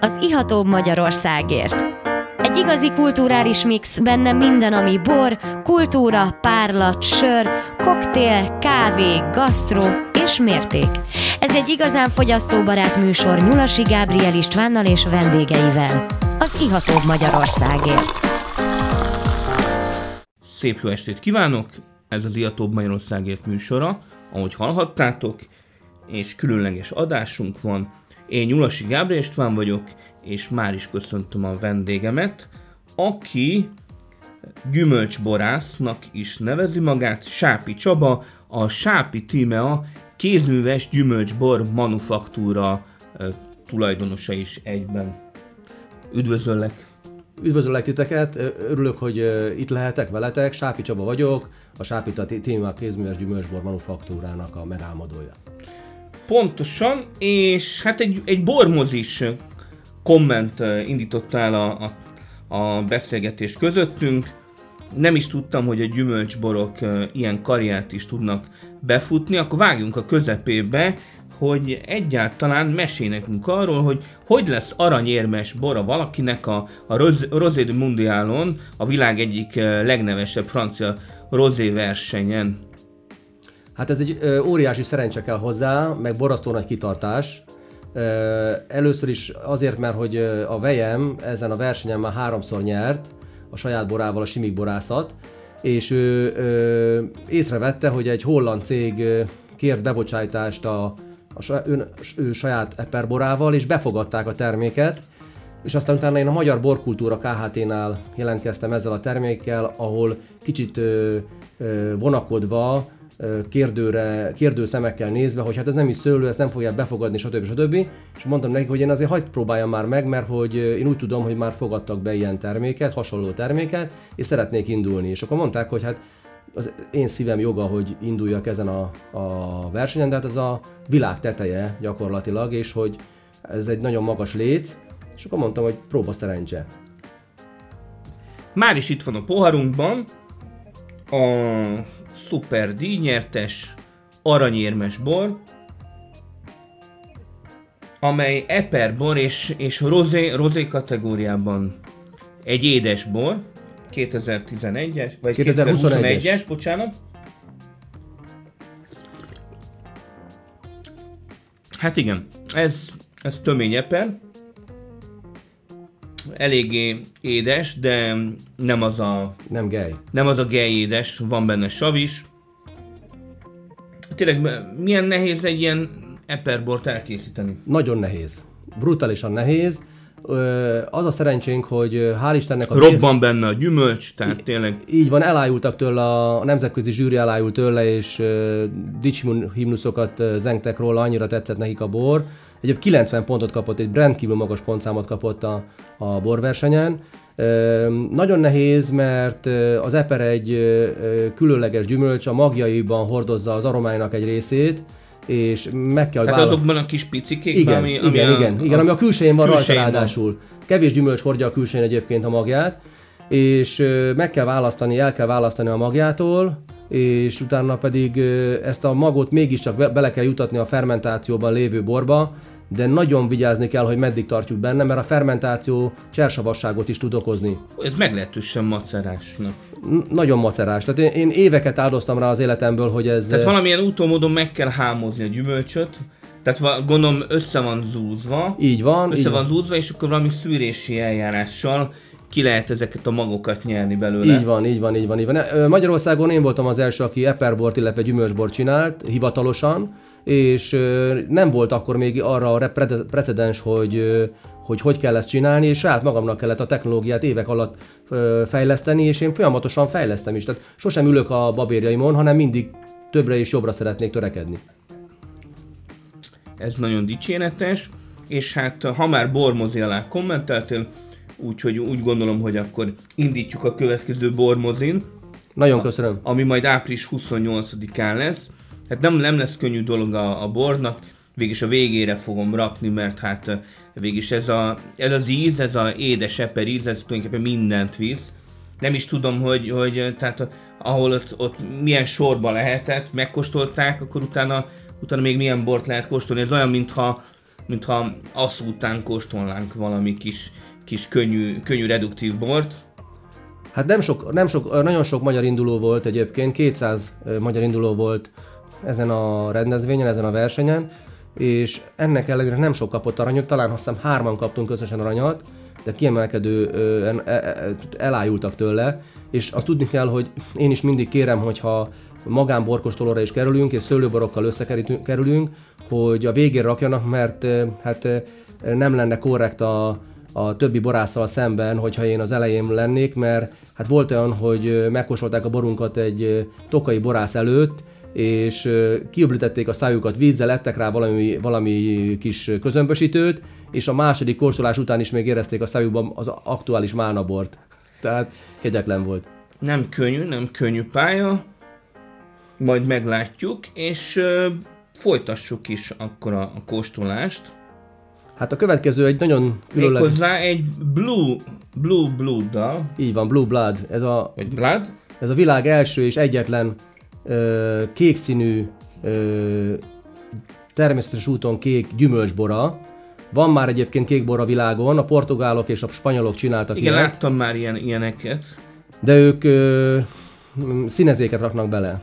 az ihatóbb Magyarországért. Egy igazi kulturális mix, benne minden, ami bor, kultúra, párlat, sör, koktél, kávé, gasztró és mérték. Ez egy igazán fogyasztóbarát műsor Nyulasi Gábriel Istvánnal és vendégeivel. Az ihatóbb Magyarországért. Szép jó estét kívánok! Ez az ihatóbb Magyarországért műsora, ahogy hallhattátok, és különleges adásunk van. Én Nyulasi Gábriel István vagyok, és már is köszöntöm a vendégemet, aki gyümölcsborásznak is nevezi magát, Sápi Csaba, a Sápi Tímea kézműves gyümölcsbor manufaktúra tulajdonosa is egyben. Üdvözöllek! Üdvözöllek titeket, örülök, hogy itt lehetek veletek, Sápi Csaba vagyok, a Sápi Tímea kézműves gyümölcsbor manufaktúrának a megálmodója. Pontosan, és hát egy bormozis komment indította el a beszélgetés közöttünk. Nem is tudtam, hogy a gyümölcsborok ilyen karriert is tudnak befutni, akkor vágjunk a közepébe, hogy egyáltalán mesélj nekünk arról, hogy lesz aranyérmes bora valakinek a Rosé du Mondialon, a világ egyik legnevesebb francia rozé versenyen. Hát ez egy óriási szerencse kell hozzá, meg borzasztó nagy kitartás. Először is azért, mert hogy a vejem ezen a versenyen már 3-szor nyert a saját borával, a Simik borászat, és ő észrevette, hogy egy holland cég kért bebocsájtást ő saját eperborával, és befogadták a terméket, és aztán utána én a Magyar Borkultúra Kft-nál jelentkeztem ezzel a termékkel, ahol kicsit vonakodva, kérdő szemekkel nézve, hogy hát ez nem is szőlő, ezt nem fogják befogadni, stb. És mondtam nekik, hogy én azért hagyd próbáljam már meg, mert hogy én úgy tudom, hogy már fogadtak be ilyen terméket, hasonló terméket, és szeretnék indulni. És akkor mondták, hogy hát az én szívem joga, hogy induljak ezen a versenyen, de hát ez a világ teteje gyakorlatilag, és hogy ez egy nagyon magas léc, és akkor mondtam, hogy próba szerencse. Már is itt van a poharunkban a szuper díjnyertes aranyérmes bor, amely eperbor és rozé kategóriában egy édes bor, 2011-es, vagy 2021-es, bocsánat. Hát igen, ez tömény eper, eléggé édes, de nem az a gely édes, van benne sav is. Tényleg milyen nehéz egy ilyen eperbort elkészíteni? Nagyon nehéz, brutálisan nehéz. Az a szerencsénk, hogy hál' Istennek robban benne a gyümölcs, tehát tényleg... Így van, elájultak tőle, a nemzetközi zsűri elájult tőle, és dicsihimnuszokat zengtek róla, annyira tetszett nekik a bor. Egyébként 90 pontot kapott, egy rendkívül magas pontszámot kapott a borversenyen. Nagyon nehéz, mert az eper egy különleges gyümölcs, a magjaiban hordozza az aromáinak egy részét, és meg kell tehát azokban a kis picikékben, igen, ami a külsején van rajta ráadásul. Kevés gyümölcs hordja a külsején egyébként a magját, és el kell választani a magjától, és utána pedig ezt a magot mégiscsak bele kell jutatni a fermentációban lévő borba, de nagyon vigyázni kell, hogy meddig tartjuk benne, mert a fermentáció csersavasságot is tud okozni. Ez meglehetősen macerásnak. Nagyon macerás. Tehát én éveket áldoztam rá az életemből, hogy ez... Tehát valamilyen úton meg kell hámozni a gyümölcsöt, tehát gondolom össze van zúzva. Így van. Van zúzva, és akkor valami szűrési eljárással ki lehet ezeket a magokat nyerni belőle. Így van. Magyarországon én voltam az első, aki eperbort, illetve gyümölcsbort csinált, hivatalosan, és nem volt akkor még arra a precedens, hogy kell ezt csinálni, és saját magamnak kellett a technológiát évek alatt fejleszteni, és én folyamatosan fejlesztem is. Tehát sosem ülök a babérjaimon, hanem mindig többre és jobbra szeretnék törekedni. Ez nagyon dicséretes, és hát ha már bormozi alá kommenteltél, úgyhogy úgy gondolom, hogy akkor indítjuk a következő bormozin. Nagyon köszönöm. Ami majd április 28-án lesz. Hát nem lesz könnyű dolog a bornak, végig a végére fogom rakni, mert hát végig ez az íz, ez az édes eper íz, ez tulajdonképpen mindent visz. Nem is tudom, hogy tehát ahol ott milyen sorba lehetett, megkóstolták, akkor utána még milyen bort lehet kóstolni. Ez olyan, mintha mintha asszú után kóstolnánk valami kis könnyű reduktív bort. Hát nagyon sok magyar induló volt egyébként, 200 magyar induló volt ezen a rendezvényen, ezen a versenyen, és ennek ellenére nem sok kapott aranyat, talán azt hiszem 3-an kaptunk összesen aranyat, de kiemelkedően elájultak tőle, és azt tudni kell, hogy én is mindig kérem, hogyha magánborkostolóra is kerülünk, és szőlőborokkal összekerülünk, hogy a végén rakjanak, mert hát nem lenne korrekt a többi borásszal szemben, hogyha én az elején lennék, mert hát volt olyan, hogy megkóstolták a borunkat egy tokai borász előtt, és kiöblítették a szájukat vízzel, ettek rá valami kis közömbösítőt, és a második kóstolás után is még érezték a szájukban az aktuális málnabort. Tehát kegyetlen volt. Nem könnyű pálya, majd meglátjuk, és folytassuk is akkor a kóstolást. Hát a következő egy nagyon különleges... Méghozzá egy Blue Blood-dal. Így van, Blue Blood. Egy Blood? Ez a világ első és egyetlen kék színű, természetes úton kék gyümölcsbora. Van már egyébként kék bor a világon, a portugálok és a spanyolok csináltak ilyet. Igen, láttam már ilyeneket. De ők színezéket raknak bele.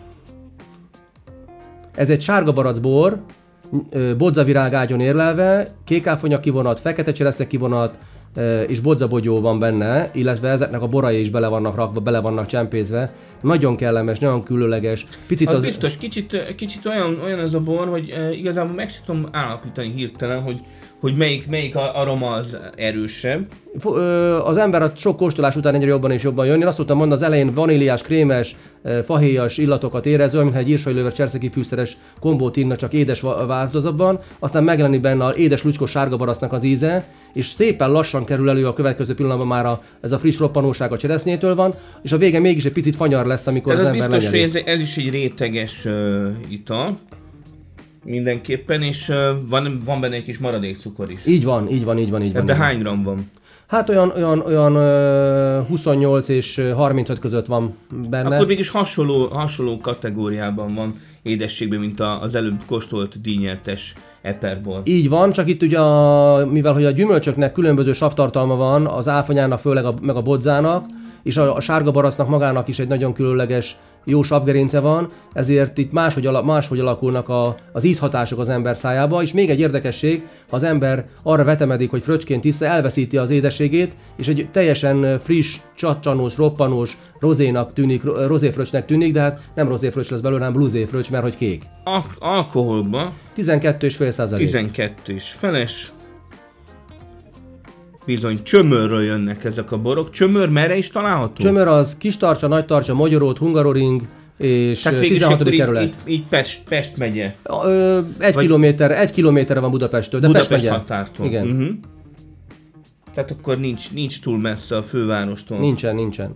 Ez egy sárga barackbor, bodzavirágágyon érlelve, kékáfonya kivonat, fekete cseresznye kivonat és bodzabogyó van benne, illetve ezeknek a borai is bele vannak rakva, bele vannak csempészve. Nagyon kellemes, nagyon különleges. Picit az biztos, kicsit olyan ez a bor, hogy igazából meg sem tudom állapítani hirtelen, hogy melyik aroma az erősebb. Az ember a sok kóstolás után egyre jobban és jobban jön. Én azt tudtam mondani, az elején vaníliás, krémes, fahéjas illatokat érez, olyan, mintha egy írsalylöves cserszegi fűszeres kombót inna, csak édes változatban. Aztán megjelenik benne az édes lucskos sárga barasznak az íze, és szépen lassan kerül elő a következő pillanatban már ez a friss roppanóság a cseresznyétől van, és a vége mégis egy picit fanyar lesz, amikor az ember biztos, lenyeli. Hogy ez is egy réteges ital. Mindenképpen, és van benne egy kis maradékcukor is. Így van. Ebben hány gram van? Hát olyan 28 és 35 között van benne. Akkor mégis hasonló kategóriában van édességben, mint az előbb kóstolt díjnyertes eperból. Így van, csak itt ugye, mivel hogy a gyümölcsöknek különböző savtartalma van, az áfonyának főleg meg a bodzának, és a sárga barasznak magának is egy nagyon különleges jó savgerince van, ezért itt máshogy alakulnak az ízhatások az ember szájába, és még egy érdekesség, ha az ember arra vetemedik, hogy fröccsként iszza, elveszíti az édességét, és egy teljesen friss, csattanós, roppanós rozéfröccsnek tűnik, de hát nem rozéfröccs lesz belőle, hanem bluzéfröccs, mert hogy kék. Alkoholba? 12,5%. 12,5. Bizony csömörről jönnek ezek a borok. Csömör merre is található? Csömör az Kistarcsa, Nagytarcsa, Magyarót, Hungaroring és 16. kerület. Így Pest megye. Egy kilométerre van Budapesttől, de Budapest Pest megye. Határtól. Igen. Uh-huh. Tehát akkor nincs túl messze a fővárostól. Nincsen.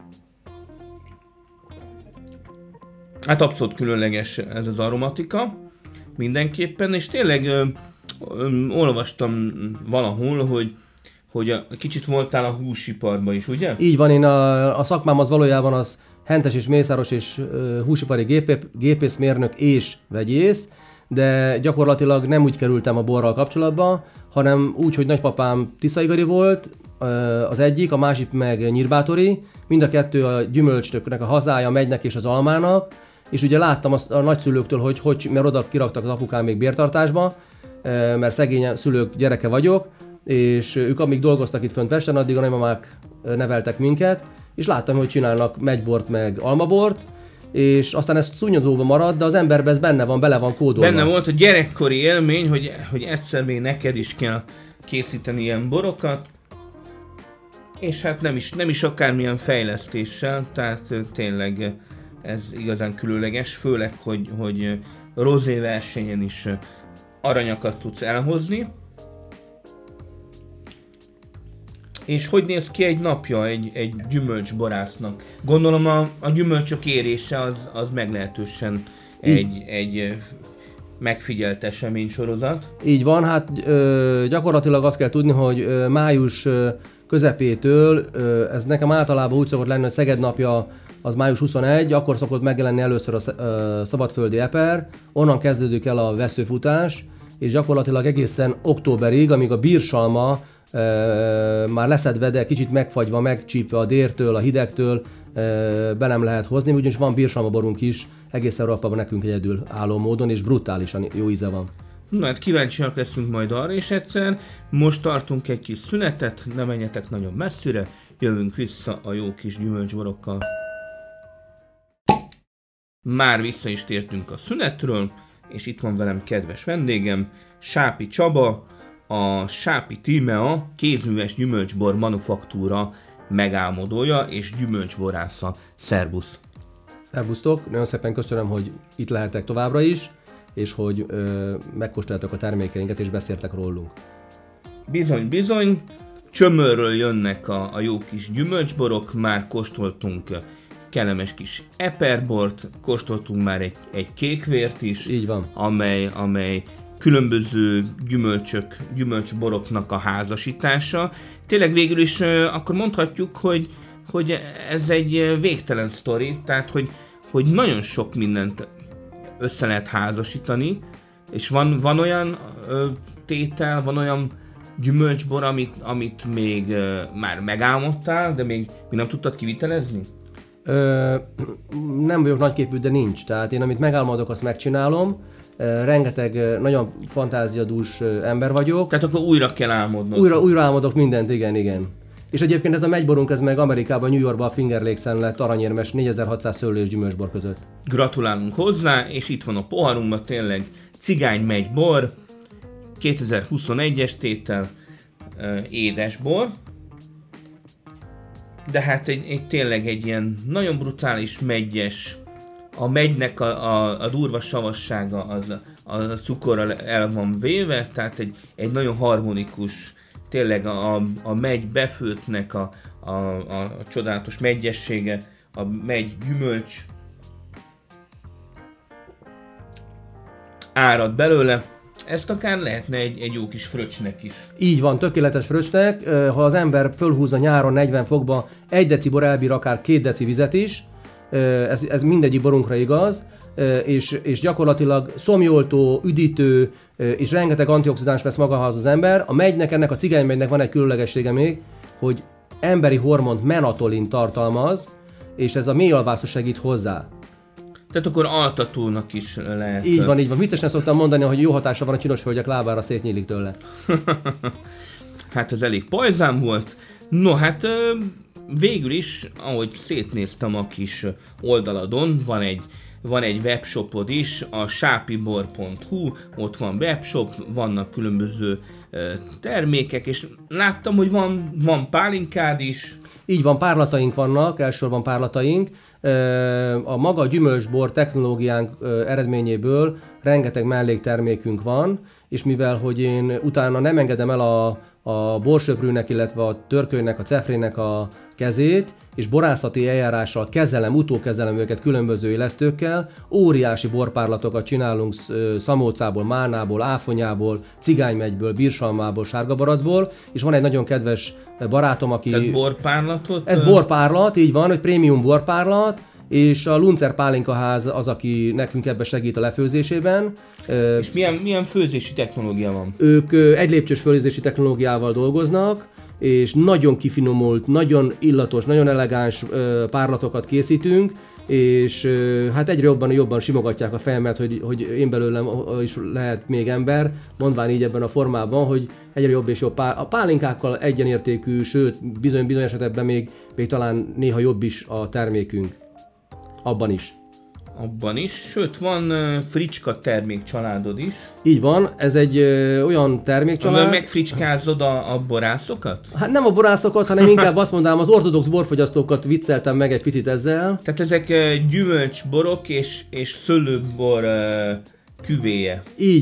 Hát abszolút különleges ez az aromatika. Mindenképpen, és tényleg olvastam valahol, hogy kicsit voltál a húsiparban is, ugye? Így van, én a szakmám az valójában az hentes és mészáros és húsipari gépészmérnök és vegyész, de gyakorlatilag nem úgy kerültem a borral kapcsolatba, hanem úgy, hogy nagypapám tiszaigari volt, az egyik, a másik meg nyírbátori, mind a kettő a gyümölcsöknek a hazája, a megynek és az almának, és ugye láttam azt a nagyszülőktől, hogy mert oda kiraktak az apukám még bértartásba, mert szegény szülők gyereke vagyok, és ők amíg dolgoztak itt fönt Pesten, addig a nagymamák neveltek minket, és láttam, hogy csinálnak megybort meg almabort, és aztán ez szúnyogóban marad, de az emberben ez benne van, bele van kódolva. Benne volt a gyerekkori élmény, hogy egyszer még neked is kell készíteni ilyen borokat, és hát nem is akármilyen fejlesztéssel, tehát tényleg ez igazán különleges, főleg, hogy rozé versenyen is aranyakat tudsz elhozni. És hogy néz ki egy napja egy gyümölcsborásznak? Gondolom a gyümölcsök érése az meglehetősen egy megfigyelt eseménysorozat. Így van, hát gyakorlatilag azt kell tudni, hogy május közepétől, ez nekem általában úgy szokott lenni, hogy Szeged napja az május 21, akkor szokott megjelenni először a szabadföldi eper, onnan kezdődik el a veszőfutás, és gyakorlatilag egészen októberig, amíg a bírsalma már leszedve, de kicsit megfagyva, megcsípve a dértől, a hidegtől be nem lehet hozni, ugyanis van bírsalmaborunk is, egész Európában nekünk egyedül álló módon, és brutálisan jó íze van. Na hát kíváncsiak leszünk majd arra is egyszer. Most tartunk egy kis szünetet, ne menjetek nagyon messzire, jövünk vissza a jó kis gyümölcsborokkal. Már vissza is tértünk a szünetről, és itt van velem kedves vendégem, Sápi Csaba, a Sápi Tímea kézműves gyümölcsbor manufaktúra megálmodója és gyümölcsborásza. Szerbusz! Szerbusztok! Nagyon szépen köszönöm, hogy itt lehetek továbbra is, és hogy megkóstoljátok a termékeinket és beszéltek rólunk. Bizony, Csömörről jönnek a jó kis gyümölcsborok, már kóstoltunk kellemes kis eperbort, kóstoltunk már egy kékvért is, így van, amely különböző gyümölcsboroknak a házasítása. Tényleg végül is akkor mondhatjuk, hogy ez egy végtelen sztori, tehát hogy nagyon sok mindent össze lehet házasítani, és van olyan tétel, van olyan gyümölcsbor, amit még már megálmodtál, de még nem tudtad kivitelezni? Nem vagyok nagyképű, de nincs. Tehát én amit megálmodok, azt megcsinálom. Rengeteg nagyon fantáziadús ember vagyok. Tehát akkor újra kell álmodnod. Újra álmodok mindent, igen. És egyébként ez a megyborunk, ez meg Amerikában, New Yorkban, a Finger Lakes-en lett aranyérmes 4600 szőlő és gyümölcsbor között. Gratulálunk hozzá, és itt van a poharunkban tényleg Cigány megybor, 2021-es tétel, édesbor. De hát tényleg egy ilyen nagyon brutális meggyes, a megynek a durva savassága a cukorral el van véve, tehát egy nagyon harmonikus, tényleg a megy befőtnek a csodálatos meggyessége, a megy gyümölcs árad belőle. Ezt akár lehetne egy jó kis fröccsnek is. Így van, tökéletes fröccsnek. Ha az ember fölhúzza nyáron 40 fokba, 1 deci bor elbír akár 2 deci vizet is. Ez mindegyik borunkra igaz. És gyakorlatilag szomjoltó, üdítő, és rengeteg antioxidáns vesz magához az ember. A megynek, ennek a cigánymegynek van egy különlegessége még, hogy emberi hormont menatolin tartalmaz, és ez a mélyalvászra segít hozzá. Tehát akkor altatónak is lehet. Így van. Viccesen szoktam mondani, hogy jó hatása van a csinos hölgyek lábára, szétnyílik tőle. Hát ez elég pajzán volt. No, hát végül is, ahogy szétnéztem a kis oldaladon, van egy webshopod is, a sapibor.hu, ott van webshop, vannak különböző termékek, és láttam, hogy van pálinkád is. Így van, párlataink vannak, elsősorban párlataink. A maga gyümölcsbor technológiánk eredményéből rengeteg melléktermékünk van, és mivel hogy én utána nem engedem el a borsöprűnek, illetve a törkölynek, a cefrének a kezét, és borászati eljárással utókezelem őket különböző élesztőkkel, óriási borpárlatokat csinálunk szamócából, málnából, áfonyából, cigánymegyből, bírsalmából, sárgabaracból, és van egy nagyon kedves barátom, aki... Tehát borpárlatot? Ez borpárlat, így van, hogy prémium borpárlat, és a Luncer Pálinkaház az, aki nekünk ebbe segít a lefőzésében. És milyen főzési technológia van? Ők egy lépcsős főzési technológiával dolgoznak, és nagyon kifinomult, nagyon illatos, nagyon elegáns párlatokat készítünk, és hát egyre jobban simogatják a fejemet, hogy én belőlem is lehet még ember, mondván így ebben a formában, hogy egyre jobb és jobb a pálinkákkal egyenértékű, sőt bizony esetekben még talán néha jobb is a termékünk. Abban is, sőt van fricska termékcsaládod is. Így van, ez egy olyan termékcsalád... Amivel megfricskázod a borászokat? Hát nem a borászokat, hanem inkább azt mondanám, az ortodox borfogyasztókat vicceltem meg egy picit ezzel. Tehát ezek gyümölcsborok és szőlőbor küvéje.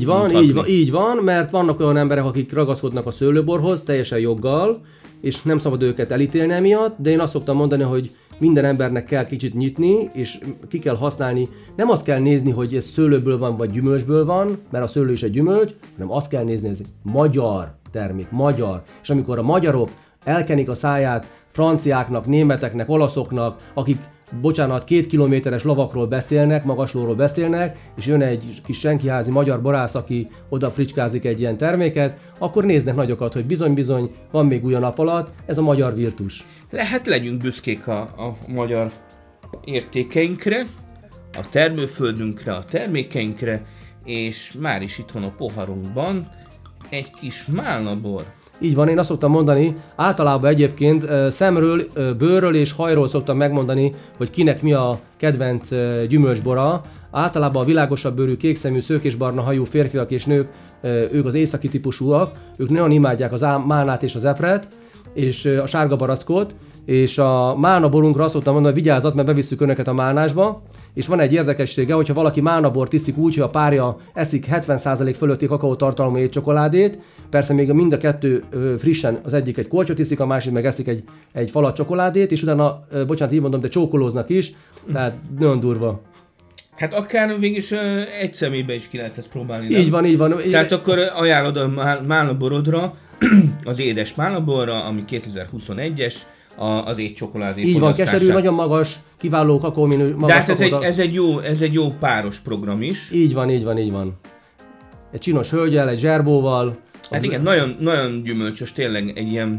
Így van, mert vannak olyan emberek, akik ragaszkodnak a szőlőborhoz, teljesen joggal, és nem szabad őket elítélni emiatt, de én azt szoktam mondani, hogy minden embernek kell kicsit nyitni, és ki kell használni. Nem azt kell nézni, hogy ez szőlőből van, vagy gyümölcsből van, mert a szőlő is egy gyümölcs, hanem azt kell nézni, hogy ez magyar termék, magyar. És amikor a magyarok elkenik a száját franciáknak, németeknek, olaszoknak, akik bocsánat, 2 kilométeres lavakról beszélnek, magaslóról beszélnek, és jön egy kis senkiházi magyar borász, aki oda fricskázik egy ilyen terméket, akkor néznek nagyokat, hogy bizony-bizony, van még új a nap alatt, ez a magyar virtus. Hát legyünk büszkék a magyar értékeinkre, a termőföldünkre, a termékeinkre, és már is itt van a poharunkban egy kis málnabor. Így van, én azt szoktam mondani, általában egyébként szemről, bőrről és hajról szoktam megmondani, hogy kinek mi a kedvenc gyümölcsbora. Általában a világosabb bőrű, kékszemű, szőkésbarna hajú férfiak és nők, ők az északi típusúak, ők nagyon imádják az málnát és az epret, és a sárga barackot, és a málnaborunkra azt szoktam mondani, hogy vigyázzat, mert bevisszük önöket a málnásba, és van egy érdekessége, hogyha valaki málnabort iszik úgy, hogy a párja eszik 70% fölötti kakaótartalmú étcsokoládét, persze még mind a kettő frissen, az egyik egy kortyot iszik, a másik meg eszik egy falat csokoládét, és utána, bocsánat, így mondom, de csókolóznak is, tehát nagyon durva. Hát akár végülis egy személybe is ki lehet ezt próbálni. Így van, így van. Tehát akkor ajánlod a málnaborodra, az édes málnaborra, ami 2021-es, az étcsokoládé így van, keserű, nagyon magas, kiváló kakaóminő, magas. De hát ez egy jó páros program is. Így van, így van, így van. Egy csinos hölgyel, egy zserbóval. Hát igen, nagyon gyümölcsös, tényleg egy ilyen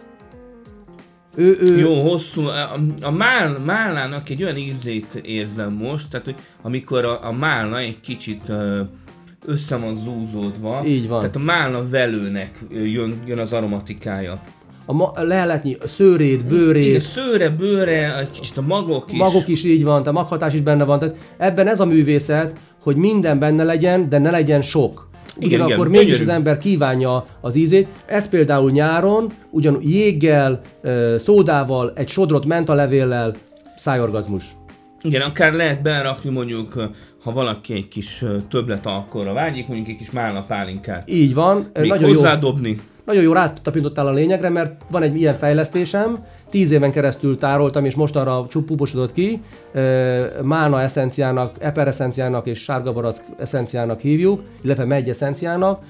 jó, hosszú. A málnának egy olyan ízét érzem most, tehát hogy amikor a málna egy kicsit össze van zúzódva. Így van. Tehát a málna velőnek jön az aromatikája. A leheletnyi szőrét, bőrét. Igen, szőre, bőre, egy kicsit a magok is. Magok is így van, tehát maghatás is benne van. Tehát ebben ez a művészet, hogy minden benne legyen, de ne legyen sok. Ugyanakkor mégis az ember kívánja az ízét. Ez például nyáron, ugyan jéggel, szódával, egy sodrott mentalevéllel, szájorgazmus. Igen, akár lehet belerakni mondjuk, ha valaki egy kis többlet alkoholra vágyik, mondjuk egy kis málna pálinkát. Így van. Még nagyon hozzádobni. Jó. Nagyon jó rátapintottál a lényegre, mert van egy ilyen fejlesztésem, 10 éven keresztül tároltam, és mostanra puposodott ki. Málna eszenciának, eper eszenciának és sárga barack eszenciának hívjuk, illetve megy eszenciának.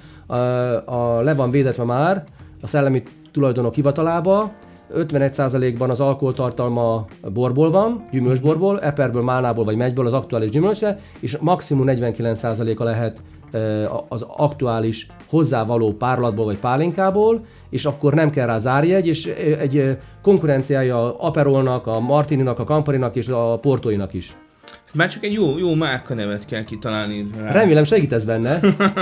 Le van védetve már a szellemi tulajdonok hivatalába. 51%-ban az alkoholtartalma borból van, gyümölcsborból, eperből, málnából vagy megyből az aktuális gyümölcsre, és maximum 49%-a lehet az aktuális hozzávaló párlatból vagy pálinkából, és akkor nem kell rá zárjegy, és egy konkurenciája Aperolnak, a Martininak, a Camparinak és a Portóinak is. Már csak egy jó márkanevet kell kitalálni rá. Remélem segítesz benne.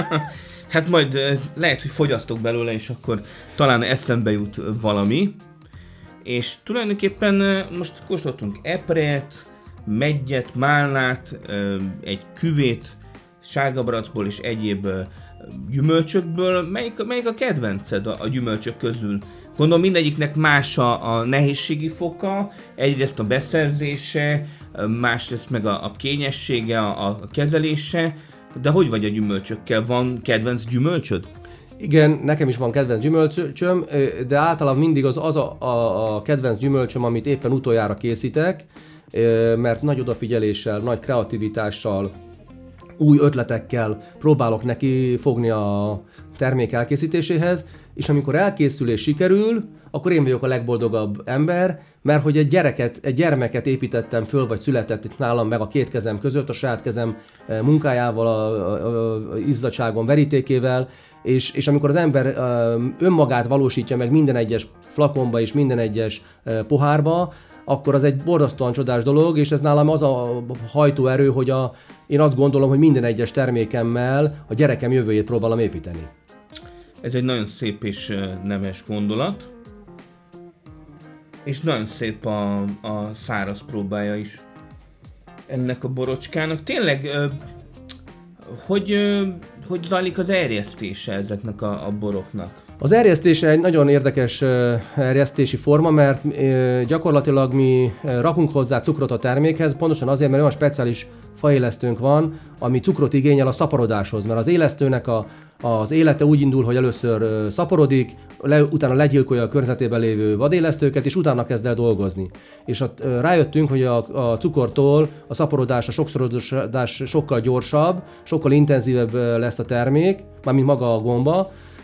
Hát majd lehet, hogy fogyasztok belőle, és akkor talán eszembe jut valami. És tulajdonképpen most kóstoltunk epret, meggyet, málnát, egy küvét, sárga barackból és egyéb gyümölcsökből. Melyik a kedvenced a gyümölcsök közül? Gondolom mindegyiknek más a nehézségi foka, egyrészt a beszerzése, másrészt meg a kényessége, a kezelése, de hogy vagy a gyümölcsökkel? Van kedvenc gyümölcsöd? Igen, nekem is van kedvenc gyümölcsöm, de általában mindig az a kedvenc gyümölcsöm, amit éppen utoljára készítek, mert nagy odafigyeléssel, nagy kreativitással, új ötletekkel próbálok neki fogni a termék elkészítéséhez, és amikor elkészül és sikerül, akkor én vagyok a legboldogabb ember, mert hogy egy gyermeket építettem föl, vagy született itt nálam meg a két kezem között, a saját kezem munkájával, a izzadságom verítékével, és amikor az ember önmagát valósítja meg minden egyes flakonba és minden egyes pohárba, akkor az egy borzasztóan csodás dolog, és ez nálam az a hajtóerő, hogy én azt gondolom, hogy minden egyes termékemmel a gyerekem jövőjét próbálom építeni. Ez egy nagyon szép és nemes gondolat, és nagyon szép a száraz próbája is ennek a borocskának. Tényleg, hogy zajlik az erjesztése ezeknek a boroknak? Az erjesztése egy nagyon érdekes erjesztési forma, mert gyakorlatilag mi rakunk hozzá cukrot a termékhez, pontosan azért, mert olyan speciális faélesztőnk van, ami cukrot igényel a szaporodáshoz, mert az élesztőnek az élete úgy indul, hogy először szaporodik, utána legyilkolja a környezetében lévő vadélesztőket, és utána kezd el dolgozni. És rájöttünk, hogy a cukortól a szaporodás, a sokszorozódás sokkal gyorsabb, sokkal intenzívebb lesz a termék, mármint maga a gomba,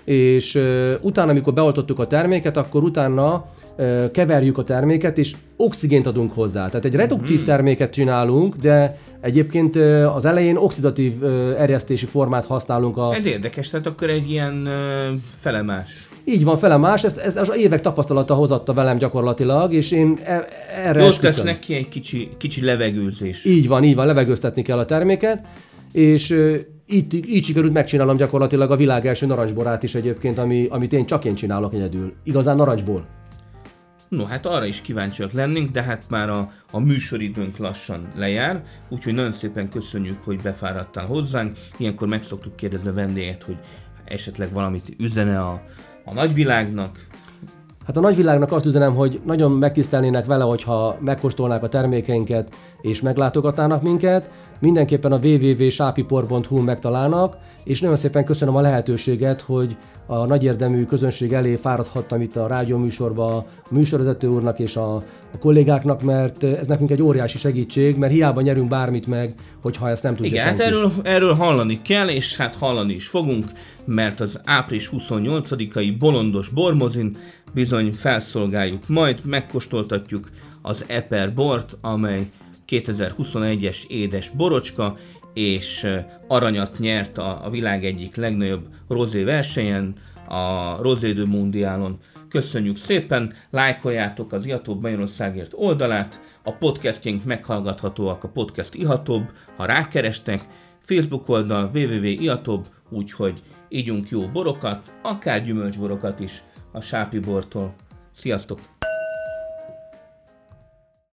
és utána, amikor beoltottuk a terméket, akkor utána keverjük a terméket, és oxigént adunk hozzá. Tehát egy reduktív terméket csinálunk, de egyébként az elején oxidatív erjesztési formát használunk. Ez érdekes, tehát akkor egy ilyen felemás. Így van, felemás, ez az évek tapasztalata hozatta velem gyakorlatilag, és én erre Ott tesz neki egy kicsi levegőzés. Így van, levegőztetni kell a terméket, és így sikerült megcsinálnom gyakorlatilag a világ első narancsborát is egyébként, amit csak én csinálok egyedül. Igazán narancsból. No, hát arra is kíváncsiak lennénk, de hát már a műsoridőnk lassan lejár, úgyhogy nagyon szépen köszönjük, hogy befáradtál hozzánk. Ilyenkor meg szoktuk kérdezni a vendéget, hogy esetleg valamit üzene a nagyvilágnak. Hát a nagyvilágnak azt üzenem, hogy nagyon megtisztelnének vele, hogyha megkóstolnák a termékeinket és meglátogatnának minket. Mindenképpen a www.sapipor.hu megtalálnak, és nagyon szépen köszönöm a lehetőséget, hogy a nagyérdemű közönség elé fáradhattam itt a rádióműsorba a műsorvezető úrnak és a kollégáknak, mert ez nekünk egy óriási segítség, mert hiába nyerünk bármit meg, hogyha ezt nem tudja igen, senki. Hát erről hallani kell, és hát hallani is fogunk, mert az április 28-ai bolondos bormozin bizony felszolgáljuk, majd megkóstoltatjuk az Eper bort, amely 2021-es édes borocska, és aranyat nyert a világ egyik legnagyobb rozé versenyen, a Rosé du Mondialon. Köszönjük szépen, lájkoljátok az Ihatóbb Magyarországért oldalát, a podcastjaink meghallgathatóak a Podcast Ihatóbb, ha rákerestek, Facebook oldal www.ihatóbb, úgyhogy ígyunk jó borokat, akár gyümölcsborokat is a Sápi bortól. Sziasztok!